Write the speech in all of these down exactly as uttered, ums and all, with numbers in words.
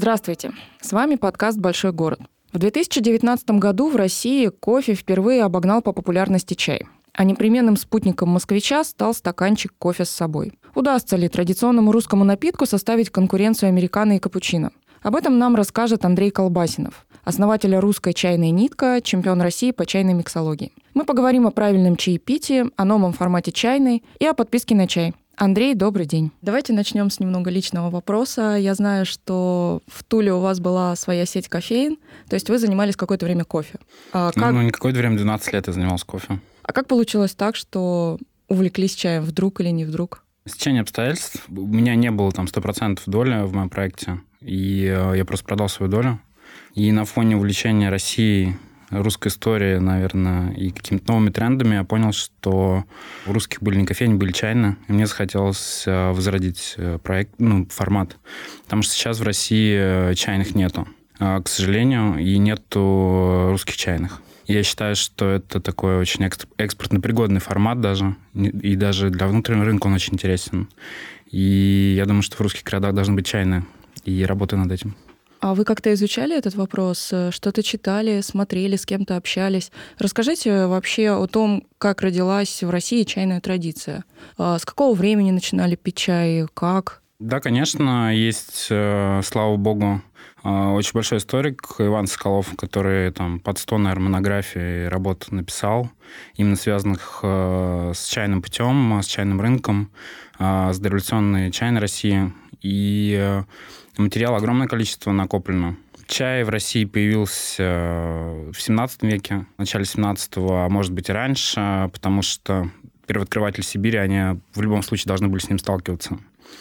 Здравствуйте, с вами подкаст «Большой город». В две тысячи девятнадцатом году в России кофе впервые обогнал по популярности чай, а непременным спутником москвича стал стаканчик кофе с собой. Удастся ли традиционному русскому напитку составить конкуренцию американо и капучино? Об этом нам расскажет Андрей Колбасинов, основатель русской чайной «Нитка», чемпион России по чайной миксологии. Мы поговорим о правильном чаепитии, о новом формате чайной и о подписке на чай. Андрей, добрый день. Давайте начнем с немного личного вопроса. Я знаю, что в Туле у вас была своя сеть кофеин, то есть вы занимались какое-то время кофе. А как... Ну, ну, не какое-то время, двенадцать лет я занимался кофе. А как получилось так, что увлеклись чаем, вдруг или не вдруг? Стечение обстоятельств. У меня не было там сто процентов доли в моем проекте, и я просто продал свою долю. И на фоне увлечения Россией, русской историей, наверное, и какими-то новыми трендами я понял, что у русских были не кофейни, были чайные. И мне захотелось возродить проект, ну, формат. Потому что сейчас в России чайных нету, к сожалению, и нету русских чайных. Я считаю, что это такой очень экспортно-пригодный формат даже, и даже для внутреннего рынка он очень интересен. И я думаю, что в русских городах должны быть чайные, и я работаю над этим. А вы как-то изучали этот вопрос? Что-то читали, смотрели, с кем-то общались? Расскажите вообще о том, как родилась в России чайная традиция. С какого времени начинали пить чай, как? Да, конечно, есть, слава богу, очень большой историк Иван Соколов, который там под сто, наверное, монографий работ написал, именно связанных с чайным путем, с чайным рынком, с дореволюционной чайной России. И материала огромное количество накоплено. Чай в России появился в семнадцатом веке, в начале семнадцатого, а может быть и раньше, потому что первооткрыватели Сибири, они в любом случае должны были с ним сталкиваться.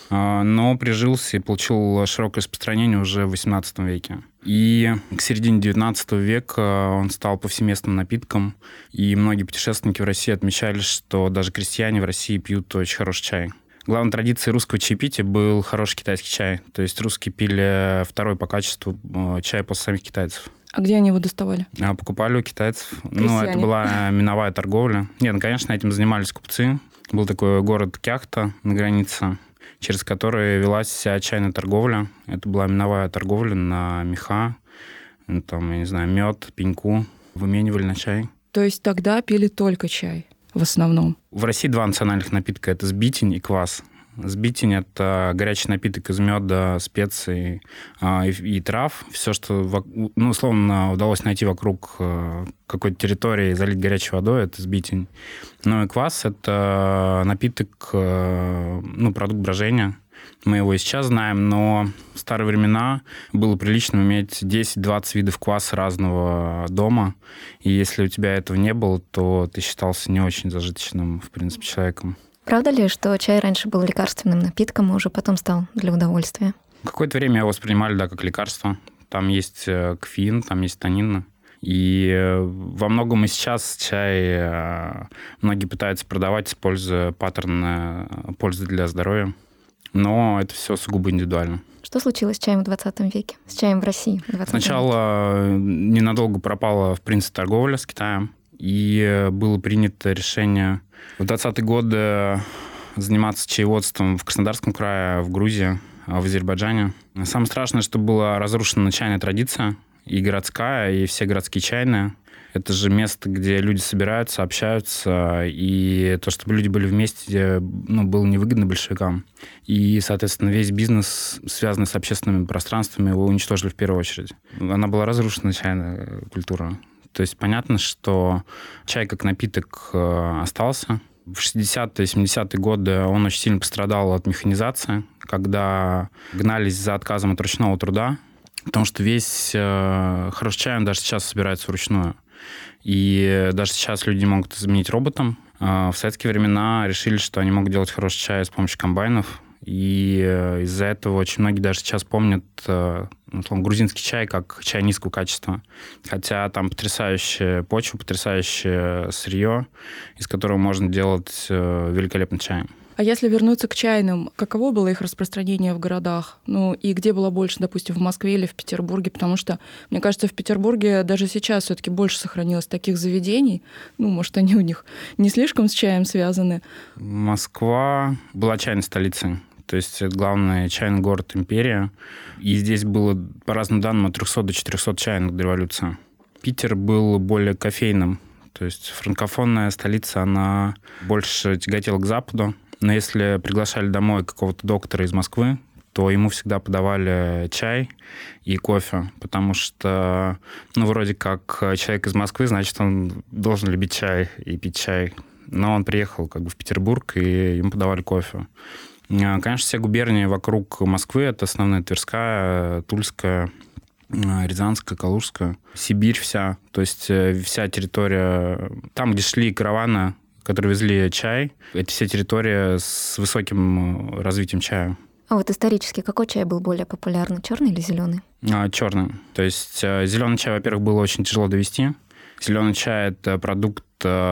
Но прижился и получил широкое распространение уже в восемнадцатом веке. И к середине девятнадцатого века он стал повсеместным напитком, и многие путешественники в России отмечали, что даже крестьяне в России пьют очень хороший чай. Главной традицией русского чаепития был хороший китайский чай. То есть русские пили второй по качеству чай после самих китайцев. А где они его доставали? Покупали у китайцев. Крестьяне. Ну, это была миновая торговля. Нет, ну, конечно, этим занимались купцы. Был такой город Кяхта на границе, через который велась вся чайная торговля. Это была миновая торговля на меха, там, я не знаю, мед, пеньку. Выменивали на чай. То есть тогда пили только чай в основном? В России два национальных напитка. Это сбитень и квас. Сбитень – это горячий напиток из меда, специй э, и, и трав. Все, что, ну, условно, удалось найти вокруг э, какой-то территории и залить горячей водой – это сбитень. Ну и квас – это напиток, э, ну, продукт брожения. Мы его и сейчас знаем, но в старые времена было прилично иметь десять-двадцать видов кваса разного дома. И если у тебя этого не было, то ты считался не очень зажиточным, в принципе, человеком. Правда ли, что чай раньше был лекарственным напитком, а уже потом стал для удовольствия? Какое-то время его воспринимали, да, как лекарство. Там есть кофеин, там есть танины. И во многом и сейчас чай многие пытаются продавать, используя паттерны пользы для здоровья. Но это все сугубо индивидуально. Что случилось с чаем в двадцатом веке? С чаем в России в двадцатом Сначала веке? Ненадолго пропала, в принципе, торговля с Китаем. И было принято решение в двадцатые годы заниматься чаеводством в Краснодарском крае, в Грузии, в Азербайджане. Самое страшное, что была разрушена чайная традиция, и городская, и все городские чайные. Это же место, где люди собираются, общаются, и то, чтобы люди были вместе, ну, было невыгодно большевикам. И, соответственно, весь бизнес, связанный с общественными пространствами, его уничтожили в первую очередь. Она была разрушена, чайная культура. То есть понятно, что чай как напиток остался. В шестидесятые, семидесятые годы он очень сильно пострадал от механизации, когда гнались за отказом от ручного труда, потому что весь хороший чай, он даже сейчас собирается вручную. И даже сейчас люди могут заменить роботом. В советские времена решили, что они могут делать хороший чай с помощью комбайнов. И из-за этого очень многие даже сейчас помнят, условно, грузинский чай как чай низкого качества. Хотя там потрясающая почва, потрясающее сырье, из которого можно делать великолепный чай. А если вернуться к чайным, каково было их распространение в городах? Ну, и где было больше, допустим, в Москве или в Петербурге? Потому что, мне кажется, в Петербурге даже сейчас все-таки больше сохранилось таких заведений. Ну, может, они у них не слишком с чаем связаны. Москва была чайной столицей. То есть это главный чайный город империи. И здесь было, по разным данным, от трехсот до четырехсот чайных до революции. Питер был более кофейным. То есть франкофонная столица, она больше тяготела к Западу. Но если приглашали домой какого-то доктора из Москвы, то ему всегда подавали чай и кофе, потому что, ну, вроде как человек из Москвы, значит, он должен любить чай и пить чай. Но он приехал как бы в Петербург, и ему подавали кофе. Конечно, все губернии вокруг Москвы, это основная Тверская, Тульская, Рязанская, Калужская, Сибирь вся, то есть вся территория, там, где шли караваны, которые везли чай, это все территории с высоким развитием чая. А вот исторически какой чай был более популярный, черный или зеленый? А, черный. То есть зеленый чай, во-первых, было очень тяжело довести. Зеленый чай — это продукт,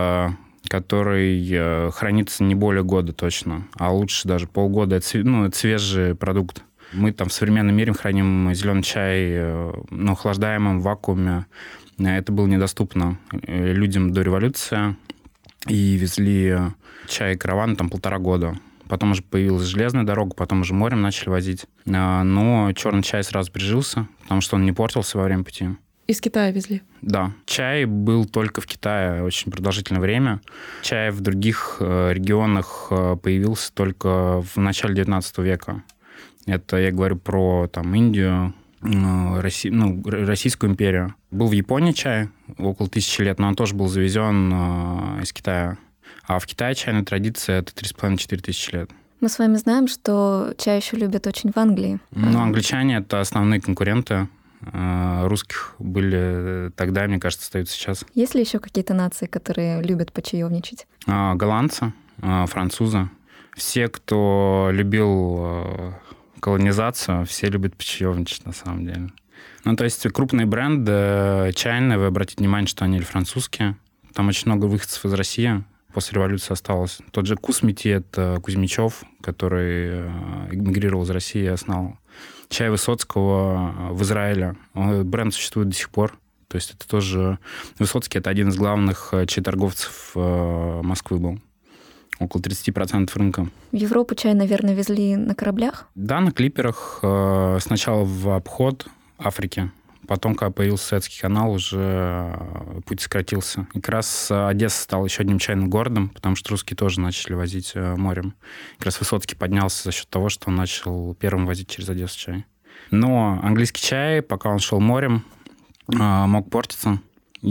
который хранится не более года точно, а лучше даже полгода. Это, ну, это свежий продукт. Мы там в современном мире храним зеленый чай, ну, охлаждаемым в вакууме. Это было недоступно людям до революции. И везли чай и караван там полтора года. Потом уже появилась железная дорога, потом уже морем начали возить. Но черный чай сразу прижился, потому что он не портился во время пути. Из Китая везли? Да. Чай был только в Китае очень продолжительное время. Чай в других регионах появился только в начале девятнадцатого века. Это я говорю про там, Индию, Росси... ну, Российскую империю. Был в Японии чай около тысячи лет, но он тоже был завезен из Китая. А в Китае чайная традиция — это три с половиной - четыре тысячи лет. Мы с вами знаем, что чай еще любят очень в Англии. Ну, англичане — это основные конкуренты. Русских были тогда, мне кажется, остаются сейчас. Есть ли еще какие-то нации, которые любят почаевничать? Голландцы, французы. Все, кто любил колонизацию, все любят почаевничать, на самом деле. Ну, то есть крупные бренды чайные, вы обратите внимание, что они или французские. Там очень много выходцев из России после революции осталось. Тот же Кусмити — это Кузьмичев, который эмигрировал из России и основал. Чай Высоцкого в Израиле. Бренд существует до сих пор. То есть это тоже... Высоцкий — это один из главных чай-торговцев Москвы был. Около тридцать процентов рынка. В Европу чай, наверное, везли на кораблях? Да, на клиперах. Сначала в обход Африки. Потом, когда появился Суэцкий канал, уже путь сократился. И как раз Одесса стала еще одним чайным городом, потому что русские тоже начали возить морем. Как раз Высоцкий поднялся за счет того, что он начал первым возить через Одессу чай. Но английский чай, пока он шел морем, мог портиться.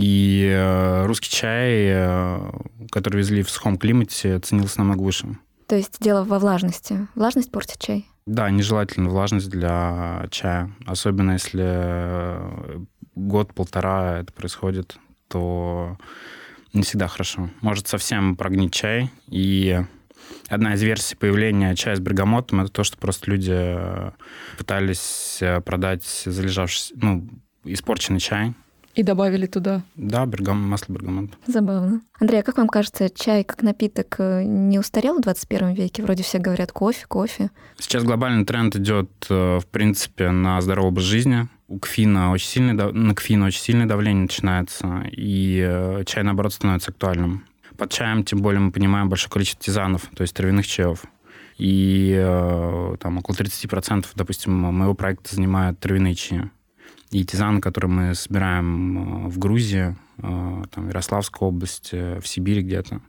И русский чай, который везли в сухом климате, ценился намного выше. То есть дело во влажности. Влажность портит чай? Да, нежелательна влажность для чая. Особенно если год-полтора это происходит, то не всегда хорошо. Может совсем прогнить чай. И одна из версий появления чая с бергамотом — это то, что просто люди пытались продать залежавшийся, ну, испорченный чай. И добавили туда. Да, бергам... масло бергамота. Забавно. Андрей, а как вам кажется, чай как напиток не устарел в двадцать первом веке? Вроде все говорят кофе, кофе. Сейчас глобальный тренд идет, в принципе, на здоровый образ жизни. У кофеина очень сильное, на кофеин очень сильное давление начинается, и чай, наоборот, становится актуальным. Под чаем, тем более, мы понимаем большое количество тизанов, то есть травяных чаев. И там около тридцать процентов, допустим, моего проекта занимают травяные чаи. И тизаны, которые мы собираем в Грузии, там, в Ярославской области, в Сибири где-то.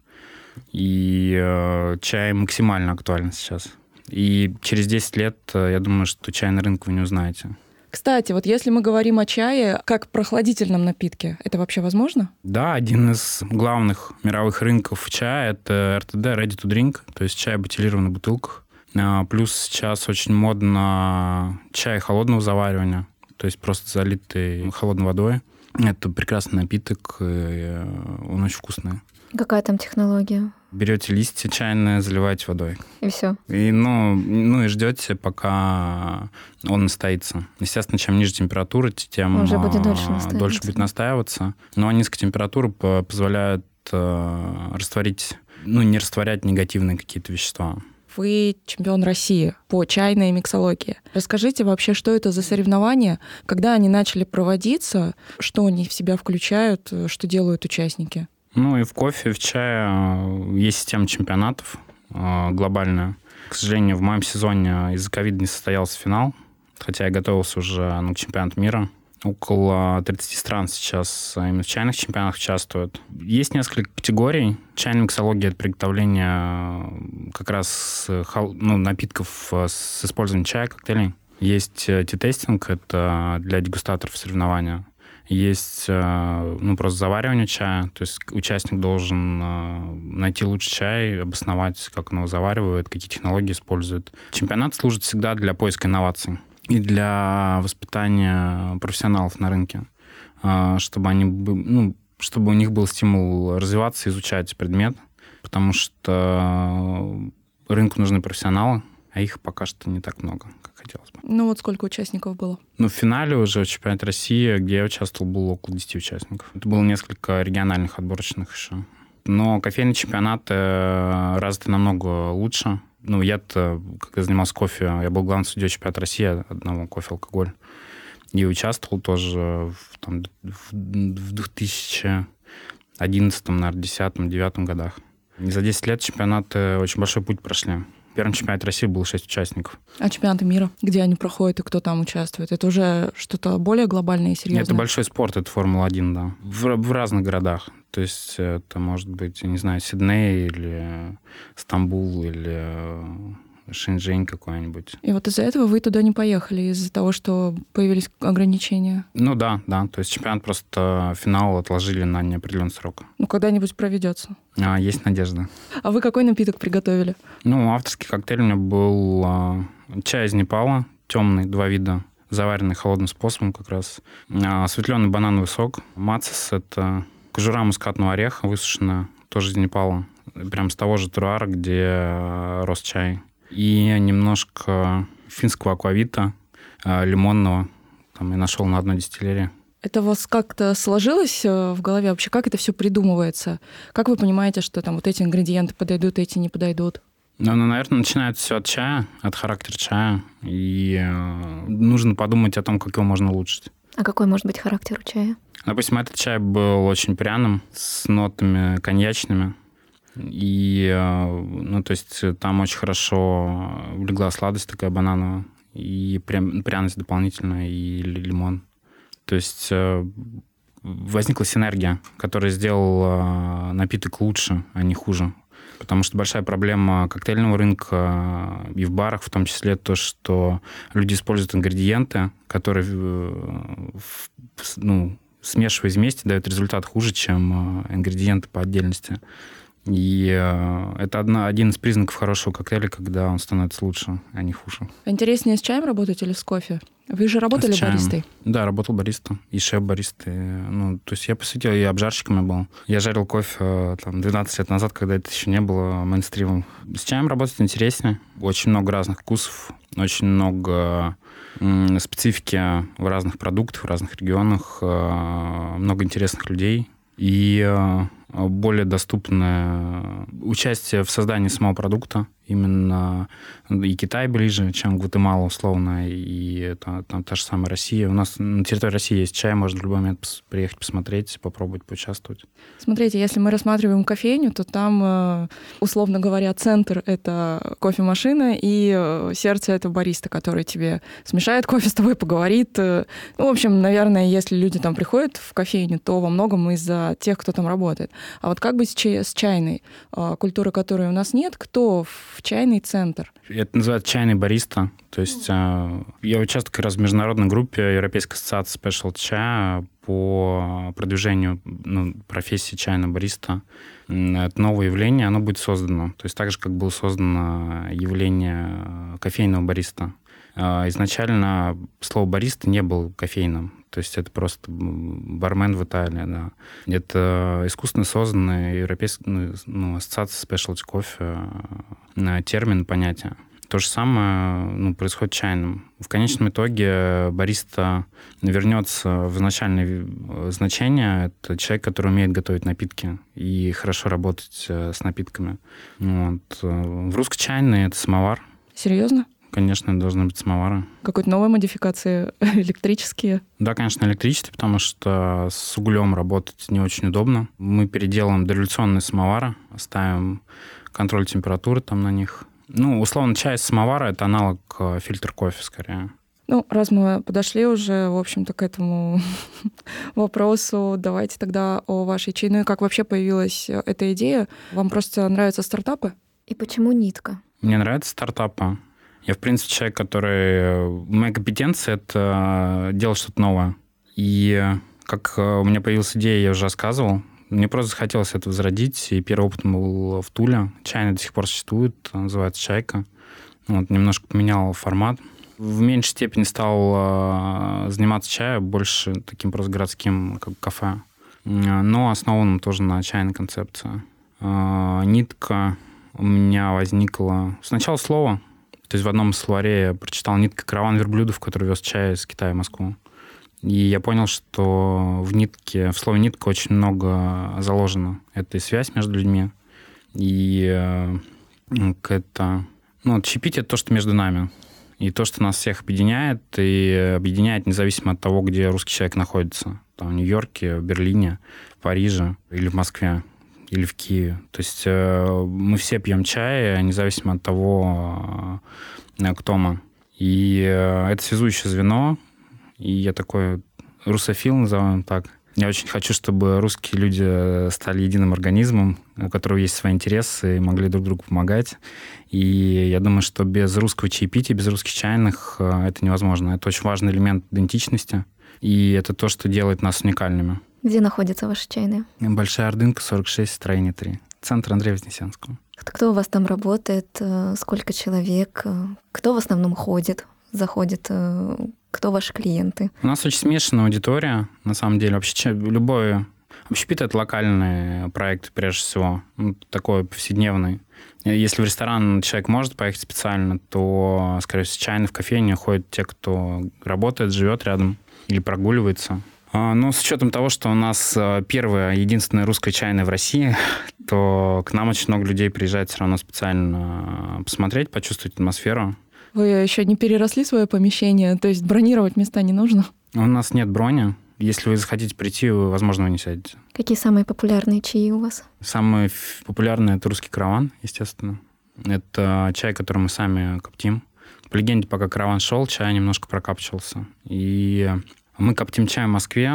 И чай максимально актуален сейчас. И через десять лет, я думаю, что чайный рынок вы не узнаете. Кстати, вот если мы говорим о чае как прохладительном напитке, это вообще возможно? Да, один из главных мировых рынков чая — это эр тэ дэ, Ready to Drink, то есть чай бутилированный в бутылках. Плюс сейчас очень модно чай холодного заваривания, то есть просто залитый холодной водой. Это прекрасный напиток, и он очень вкусный. Какая там технология? Берете листья чайные, заливаете водой. И все. И, ну, ну, и ждете, пока он настоится. Естественно, чем ниже температура, тем уже будет дольше настаиваться. Дольше будет настаиваться. Но низкая температура позволяет э, растворить, ну, не растворять негативные какие-то вещества. Вы чемпион России по чайной миксологии. Расскажите вообще, что это за соревнования, когда они начали проводиться, что они в себя включают, что делают участники? Ну и в кофе, в чае есть система чемпионатов глобальная. К сожалению, в моем сезоне из-за ковида не состоялся финал, хотя я готовился уже ну, к чемпионату мира. Около тридцати стран сейчас именно в чайных чемпионатах участвуют. Есть несколько категорий. Чайная миксология — это приготовление как раз ну, напитков с использованием чая, коктейлей. Есть ти-тестинг, это для дегустаторов соревнования. Есть ну, просто заваривание чая, то есть участник должен найти лучший чай, обосновать, как он его заваривает, какие технологии использует. Чемпионат служит всегда для поиска инноваций и для воспитания профессионалов на рынке, чтобы, они, ну, чтобы у них был стимул развиваться, изучать предмет, потому что рынку нужны профессионалы, а их пока что не так много, как хотелось бы. Ну вот сколько участников было? Ну, в финале уже в чемпионате России, где я участвовал, было около десяти участников. Это было несколько региональных отборочных еще. Но кофейные чемпионаты развиты намного лучше. Ну, я-то, когда занимался кофе, я был главным судьей чемпионата России одного кофе-алкоголь. И участвовал тоже в, там, в две тысячи одиннадцатом, наверное, две тысячи десятом, две тысячи девятом годах. И за десять лет чемпионаты очень большой путь прошли. В первом чемпионате России было шесть участников. А чемпионаты мира, где они проходят и кто там участвует? Это уже что-то более глобальное и серьезное? Это большой спорт, это Формула один, да. В, в разных городах. То есть это может быть, я не знаю, Сидней или Стамбул или Шэньчжэнь какой-нибудь. И вот из-за этого вы туда не поехали, из-за того, что появились ограничения? Ну да, да. То есть чемпионат просто финал отложили на неопределенный срок. Ну когда-нибудь проведется? А, есть надежда. А вы какой напиток приготовили? Ну, авторский коктейль у меня был а, чай из Непала, темный, два вида, заваренный холодным способом как раз. А, осветленный банановый сок. Мацис — это кожура мускатного ореха, высушенная, тоже из Непала. Прям с того же теруара, где рос чай. И немножко финского аквавита, лимонного. Там я нашел на одной дистиллерии. Это у вас как-то сложилось в голове вообще? Как это все придумывается? Как вы понимаете, что там вот эти ингредиенты подойдут, эти не подойдут? Ну, ну наверное, начинается все от чая, от характера чая. И э, нужно подумать о том, как его можно улучшить. А какой может быть характер у чая? Допустим, этот чай был очень пряным, с нотами коньячными. И, ну, то есть там очень хорошо влегла сладость такая банановая, и прям пряность дополнительная, и лимон. То есть возникла синергия, которая сделала напиток лучше, а не хуже. Потому что большая проблема коктейльного рынка и в барах в том числе то, что люди используют ингредиенты, которые, ну, смешиваясь вместе, дают результат хуже, чем ингредиенты по отдельности. И э, это одна, один из признаков хорошего коктейля, когда он становится лучше, а не хуже. Интереснее с чаем работать или с кофе? Вы же работали баристой? Да, работал бариста. И шеф-баристой. Ну, то есть я посвятил, и обжарщиком я был. Я жарил кофе там, двенадцать лет назад, когда это еще не было мейнстримом. С чаем работать интереснее. Очень много разных вкусов, очень много м, специфики в разных продуктах, в разных регионах, э, много интересных людей. И э, более доступное участие в создании самого продукта. Именно и Китай ближе, чем Гватемала, условно, и там, там та же самая Россия. У нас на территории России есть чай, можно в любой момент приехать посмотреть, попробовать, поучаствовать. Смотрите, если мы рассматриваем кофейню, то там, условно говоря, центр — это кофемашина, и сердце — это бариста, который тебе смешает кофе с тобой, поговорит. Ну, в общем, наверное, если люди там приходят в кофейню, то во многом из-за тех, кто там работает. А вот как быть с чайной культурой, которой у нас нет, кто в чайный центр? Это называется чайный бариста. То есть э, я участвую как раз в международной группе Европейской ассоциации Special чая по продвижению ну, профессии чайного бариста. Это новое явление, оно будет создано. То есть так же, как было создано явление кофейного бариста. Э, изначально слово бариста не было кофейным. То есть это просто бармен в Италии, да. Это искусственно созданная европейская ну, ассоциация Specialty Coffee, термин, понятие. То же самое ну, происходит с чайным. В конечном итоге бариста вернется в изначальное значение. Это человек, который умеет готовить напитки и хорошо работать с напитками. Вот. В русской чайной это самовар. Серьезно? Конечно, должны быть самовары. Какой-то новой модификации электрические? Да, конечно, электрические, потому что с углем работать не очень удобно. Мы переделаем дореволюционные самовары, ставим контроль температуры там на них. Ну, условно, чай из самовара — это аналог фильтр кофе, скорее. Ну, раз мы подошли уже, в общем-то, к этому вопросу, давайте тогда о вашей чайной. Как вообще появилась эта идея? Вам просто нравятся стартапы? И почему нитка? Мне нравятся стартапы. Я, в принципе, человек, который... Моя компетенция — это делать что-то новое. И как у меня появилась идея, я уже рассказывал, мне просто захотелось это возродить. И первый опыт был в Туле. Чайная до сих пор существует, называется «Чайка». Вот, немножко поменял формат. В меньшей степени стал э, заниматься чаем, больше таким просто городским, как кафе. Но основан тоже на чайной концепции. Э, нитка у меня возникла... Сначала слово. То есть в одном словаре я прочитал «Нитка — караван верблюдов, который вез чай из Китая в Москву». И я понял, что в нитке, в слове «нитка» очень много заложено. Это и связь между людьми, и э, это... Ну, чаепитие — это то, что между нами. И то, что нас всех объединяет, и объединяет независимо от того, где русский человек находится. Там, в Нью-Йорке, в Берлине, в Париже или в Москве, или в Киеве. То есть э, мы все пьем чай, независимо от того, э, кто мы. И э, это связующее звено. И я такой русофил, назовем так. Я очень хочу, чтобы русские люди стали единым организмом, у которого есть свои интересы, и могли друг другу помогать. И я думаю, что без русского чаепития, без русских чайных это невозможно. Это очень важный элемент идентичности, и это то, что делает нас уникальными. Где находится ваша чайная? Большая Ордынка, сорок шесть, строение три. Центр Андрея Вознесенского. Кто у вас там работает? Сколько человек? Кто в основном ходит, заходит? Кто ваши клиенты? У нас очень смешанная аудитория, на самом деле. Вообще любой общепит — это локальный проект, прежде всего, ну, такой повседневный. Если в ресторан человек может поехать специально, то, скорее всего, чайно в кофейню ходят те, кто работает, живет рядом или прогуливается. Но с учетом того, что у нас первая, единственная русская чайная в России, то к нам очень много людей приезжает все равно специально посмотреть, почувствовать атмосферу. Вы еще не переросли свое помещение, то есть бронировать места не нужно? У нас нет брони. Если вы захотите прийти, вы, возможно, вы не сядете. Какие самые популярные чаи у вас? Самый популярный — это русский караван, естественно. Это чай, который мы сами коптим. По легенде, пока караван шел, чай немножко прокапчивался. И мы коптим чай в Москве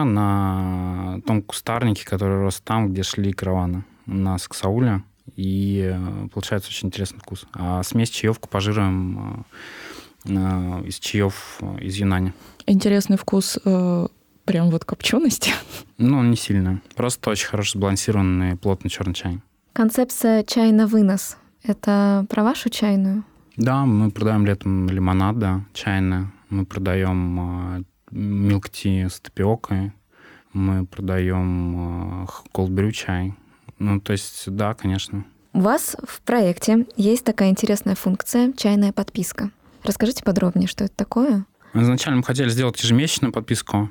на том кустарнике, который рос там, где шли караваны. У нас к Сауле. И получается очень интересный вкус. А смесь чаев купажируем из чаев из Юнани. Интересный вкус э, прям вот копчености? Ну, он не сильный. Просто очень хорошо сбалансированный, плотный черный чай. Концепция «чай на вынос» — это про вашу чайную? Да, мы продаем летом лимонад, да, чайный. Мы продаем милк-ти с тапиокой. Мы продаем колд-брю чай. Ну, то есть, да, конечно. У вас в проекте есть такая интересная функция — чайная подписка. Расскажите подробнее, что это такое? Изначально мы хотели сделать ежемесячную подписку,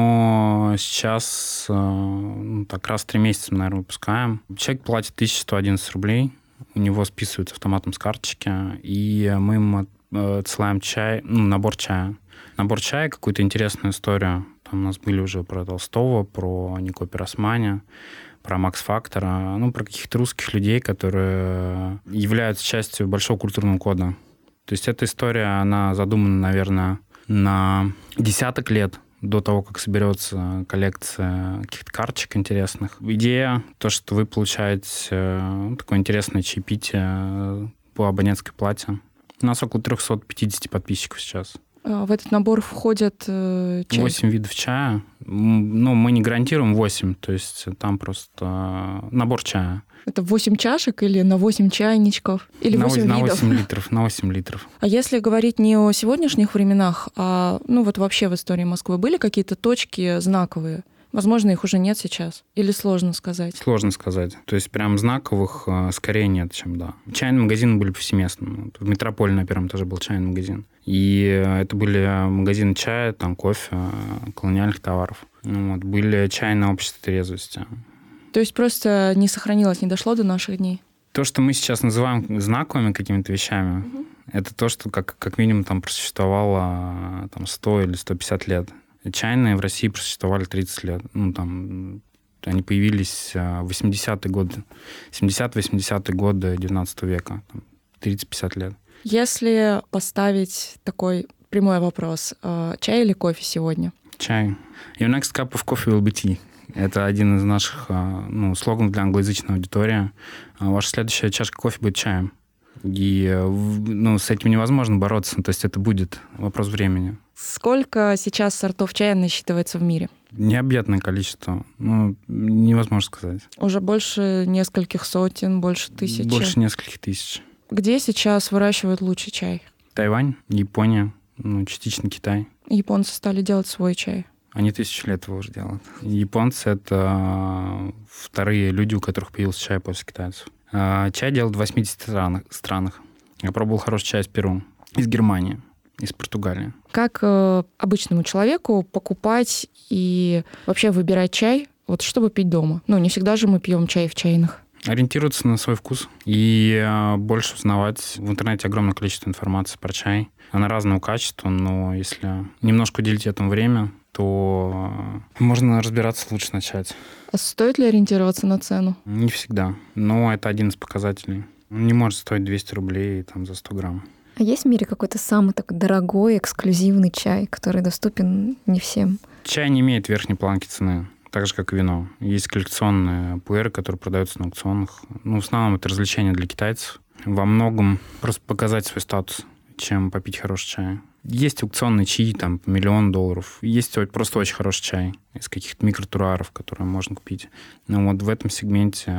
но сейчас ну, так раз в три месяца мы, наверное, выпускаем. Человек платит тысяча сто одиннадцать рублей, у него списывается автоматом с карточки, и мы ему отсылаем чай, ну, набор чая. Набор чая, какую-то интересную историю. Там у нас были уже про Толстого, про Нико Пиросмани, про Макс Фактора, ну, про каких-то русских людей, которые являются частью большого культурного кода. То есть эта история, она задумана, наверное, на десяток лет до того, как соберется коллекция каких-то карточек интересных. Идея, то, что вы получаете ну, такое интересное чаепитие по абонентской плате. У нас около триста пятьдесят подписчиков сейчас. В этот набор входят э, чай? восемь видов чая. Ну, мы не гарантируем восемь, то есть там просто набор чая. Это восемь чашек или на восемь чайничков? Или на восемь на видов? восемь литров, на восемь литров. А если говорить не о сегодняшних временах, а ну вот вообще в истории Москвы, были какие-то точки знаковые? Возможно, их уже нет сейчас? Или сложно сказать? Сложно сказать. То есть прям знаковых скорее нет, чем да. Чайные магазины были повсеместно. В Метрополе на первом этаже был чайный магазин. И это были магазины чая, там кофе, колониальных товаров. Вот. Были чайные общества трезвости. То есть просто не сохранилось, не дошло до наших дней? То, что мы сейчас называем знаковыми какими-то вещами, угу. это то, что как, как минимум там просуществовало там, сто или сто пятьдесят лет. Чайные в России просуществовали тридцать лет. Ну, там, они появились в восьмидесятые годы, семидесятые-восьмидесятые годы девятнадцатого века. Там, тридцать-пятьдесят лет. Если поставить такой прямой вопрос, чай или кофе сегодня? Чай. Your next cup of coffee will be tea. Это один из наших ну, слоганов для англоязычной аудитории. Ваша следующая чашка кофе будет чаем. И ну, с этим невозможно бороться. То есть это будет вопрос времени. Сколько сейчас сортов чая насчитывается в мире? Необъятное количество. Ну, невозможно сказать. Уже больше нескольких сотен, больше тысяч? Больше нескольких тысяч. Где сейчас выращивают лучший чай? Тайвань, Япония, ну, частично Китай. Японцы стали делать свой чай. Они тысячу лет его уже делают. Японцы — это вторые люди, у которых появился чай после китайцев. Чай делают в восьмидесяти странах. Я пробовал хороший чай из Перу, из Германии, из Португалии. Как э, обычному человеку покупать и вообще выбирать чай, вот чтобы пить дома? Ну, не всегда же мы пьем чай в чайных. Ориентироваться на свой вкус и э, больше узнавать. В интернете огромное количество информации про чай. Она разного качества, но если немножко уделить этому время, то можно разбираться, лучше начать. А стоит ли ориентироваться на цену? Не всегда, но это один из показателей. Он не может стоить двести рублей там, за сто грамм. А есть в мире какой-то самый такой дорогой, эксклюзивный чай, который доступен не всем? Чай не имеет верхней планки цены, так же, как и вино. Есть коллекционные пуэры, которые продаются на аукционах. Ну, в основном это развлечение для китайцев. Во многом просто показать свой статус, чем попить хороший чай. Есть аукционные чаи, там, по миллион долларов. Есть просто очень хороший чай из каких-то микротуаров, которые можно купить. Но вот в этом сегменте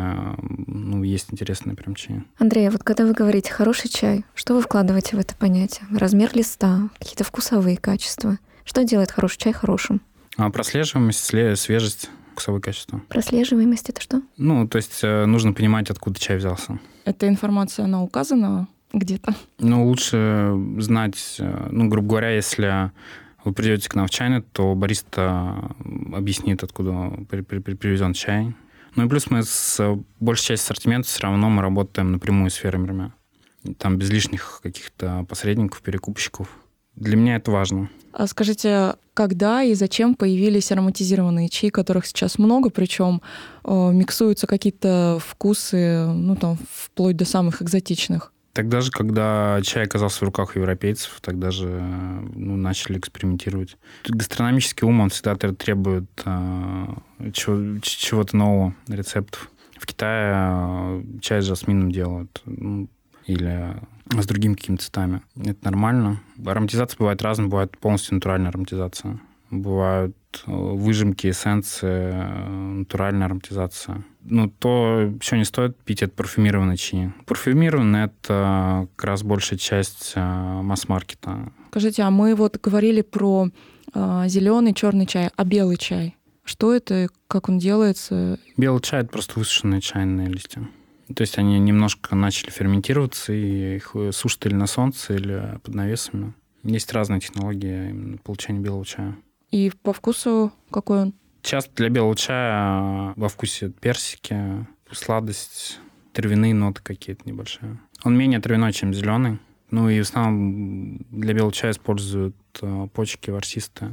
ну, есть интересные прям чаи. Андрей, а вот когда вы говорите «хороший чай», что вы вкладываете в это понятие? Размер листа, какие-то вкусовые качества? Что делает хороший чай хорошим? А прослеживаемость, свежесть, вкусовые качества. Прослеживаемость — это что? Ну, то есть нужно понимать, откуда чай взялся. Эта информация, она указана где-то? Ну, лучше знать, ну, грубо говоря, если вы придете к нам в чайный, то бариста объяснит, откуда при, при, при, привезен чай. Ну и плюс мы с большей частью ассортимента все равно мы работаем напрямую с фермерами. Там без лишних каких-то посредников, перекупщиков. Для меня это важно. А скажите, когда и зачем появились ароматизированные чаи, которых сейчас много, причем э, миксуются какие-то вкусы, ну там, вплоть до самых экзотичных? Тогда же, когда чай оказался в руках европейцев, тогда же ну, начали экспериментировать. Гастрономический ум, он всегда требует э, чего- чего-то нового, рецептов. В Китае э, чай с жасмином делают, ну, или с другими какими-то цветами. Это нормально. Ароматизация бывает разная, бывает полностью натуральная ароматизация. Бывают выжимки, эссенции, натуральная ароматизация. Ну, то, что не стоит пить, это парфюмированные чаи. Парфюмированные — это как раз большая часть масс-маркета. Скажите, а мы вот говорили про э, зеленый, черный чай, а белый чай? Что это, как он делается? Белый чай — это просто высушенные чайные листья. То есть они немножко начали ферментироваться, и их сушат или на солнце, или под навесами. Есть разные технологии именно получения белого чая. И по вкусу какой он? Часто для белого чая во вкусе персики, сладость, травяные ноты какие-то небольшие. Он менее травяной, чем зеленый. Ну и в основном для белого чая используют почки ворсистые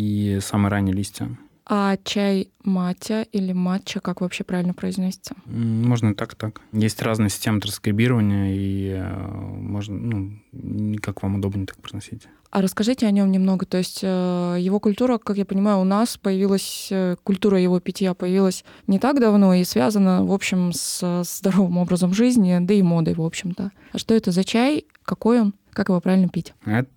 и самые ранние листья. А чай матча или матча, как вообще правильно произносится? Можно и так, и так. Есть разные системы транскрибирования, и можно, ну, как вам удобнее так произносить. А расскажите о нем немного. То есть его культура, как я понимаю, у нас появилась, культура его питья появилась не так давно и связана, в общем, с здоровым образом жизни, да и модой, в общем-то. А что это за чай? Какой он? Как его правильно пить?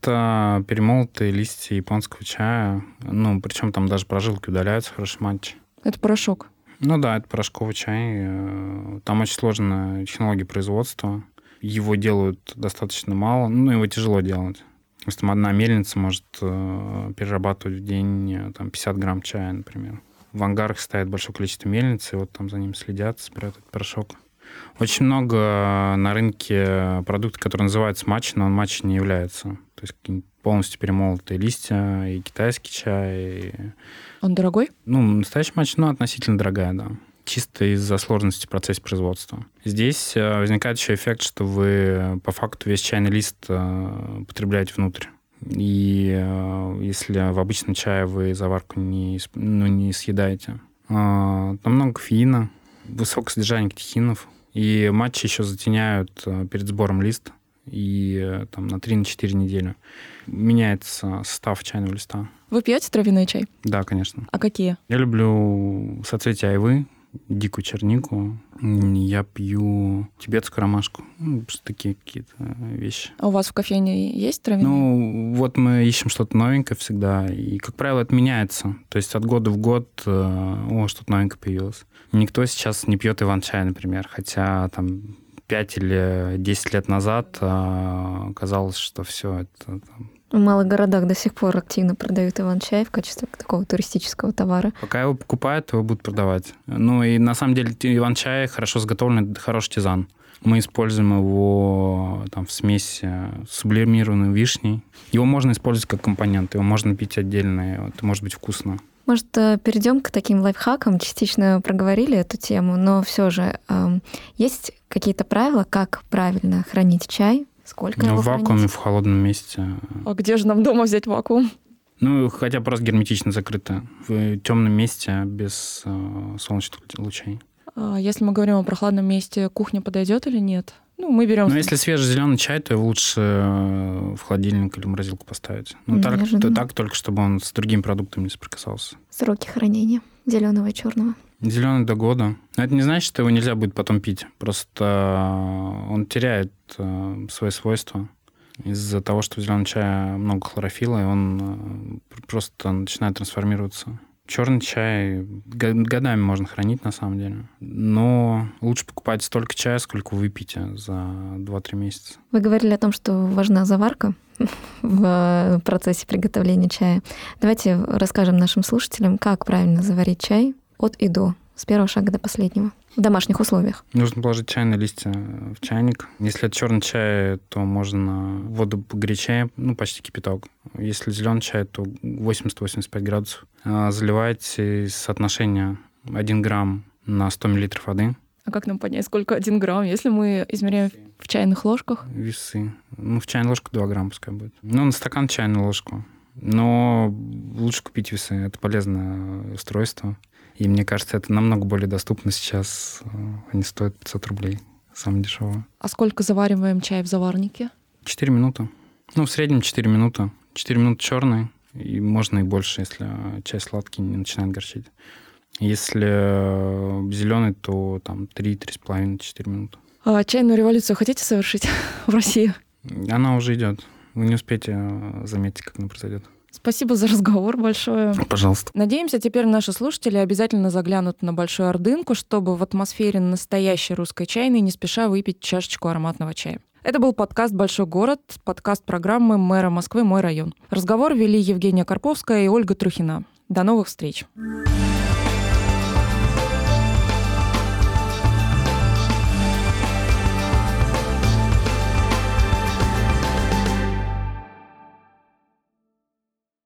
Это перемолотые листья японского чая. Ну, причем там даже прожилки удаляются, хороший матч. Это порошок? Ну да, это порошковый чай. Там очень сложная технология производства. Его делают достаточно мало, ну, его тяжело делать. То есть там одна мельница может перерабатывать в день там, пятьдесят грамм чая, например. В ангарах стоит большое количество мельниц, и вот там за ним следят, собирают этот порошок. Очень много на рынке продуктов, которые называются матча, но он матча не является. То есть полностью перемолотые листья, и китайский чай. И... Он дорогой? Ну, настоящий матча, ну, относительно дорогая, да. Чисто из-за сложности процесса производства. Здесь возникает еще эффект, что вы по факту весь чайный лист потребляете внутрь. И если в обычном чае вы заварку не, ну, не съедаете. Там много кофеина, высокое содержание катехинов. И матчи еще затеняют перед сбором лист. И там на три-четыре недели меняется состав чайного листа. Вы пьете травяной чай? Да, конечно. А какие? Я люблю соцветия айвы, дикую чернику. Я пью тибетскую ромашку. Ну, такие какие-то вещи. А у вас в кофейне есть травяные? Ну, вот мы ищем что-то новенькое всегда. И, как правило, это меняется. То есть от года в год о, что-то новенькое появилось. Никто сейчас не пьет иван-чай, например. Хотя там пять или десять лет назад а, казалось, что все это... Там... В малых городах до сих пор активно продают иван-чай в качестве такого туристического товара. Пока его покупают, его будут продавать. Ну и на самом деле иван-чай хорошо сготовленный, хороший тизан. Мы используем его там, в смеси с сублимированной вишней. Его можно использовать как компонент, его можно пить отдельно, это может быть вкусно. Может, перейдем к таким лайфхакам? Частично проговорили эту тему, но все же э, есть какие-то правила, как правильно хранить чай? Сколько ну, его в вакууме, хранить? в холодном месте. А где же нам дома взять вакуум? Ну, хотя просто герметично закрыто. В темном месте без э, солнечных лучей. А если мы говорим о прохладном месте, кухня подойдет или нет? Ну, мы берем... Ну, если свежий зеленый чай, то его лучше в холодильник или в морозилку поставить. Ну, так, то, так только, чтобы он с другими продуктами не соприкасался. Сроки хранения зеленого и черного. Зеленый до года. Но это не значит, что его нельзя будет потом пить. Просто он теряет свои свойства из-за того, что в зеленом чае много хлорофилла, и он просто начинает трансформироваться. Черный чай годами можно хранить, на самом деле. Но лучше покупать столько чая, сколько вы выпьете за два-три месяца. Вы говорили о том, что важна заварка в процессе приготовления чая. Давайте расскажем нашим слушателям, как правильно заварить чай от и до, с первого шага до последнего, в домашних условиях. Нужно положить чайные листья в чайник. Если это черный чай, то можно воду погорячее, ну, почти кипяток. Если зеленый чай, то восемьдесят-восемьдесят пять градусов. Заливайте соотношение один грамм на сто миллилитров воды. А как нам понять, сколько один грамм, если мы измеряем в чайных ложках? Весы. Ну, в чайную ложку два грамма пускай будет. Ну, на стакан чайную ложку. Но лучше купить весы. Это полезное устройство. И мне кажется, это намного более доступно сейчас. Они стоят пятьсот рублей. Самое дешевое. А сколько завариваем чай в заварнике? четыре минуты. Ну, в среднем четыре минуты. четыре минуты черный. И можно и больше, если чай сладкий не начинает горчить. Если зеленый, то там три-три с половиной четыре минуты. А чайную революцию хотите совершить в России? Она уже идет. Вы не успеете заметить, как она произойдет. Спасибо за разговор большое. Пожалуйста. Надеемся, теперь наши слушатели обязательно заглянут на Большую Ордынку, чтобы в атмосфере настоящей русской чайной не спеша выпить чашечку ароматного чая. Это был подкаст «Большой город», подкаст программы мэра Москвы «Мой район». Разговор вели Евгения Карповская и Ольга Трухина. До новых встреч.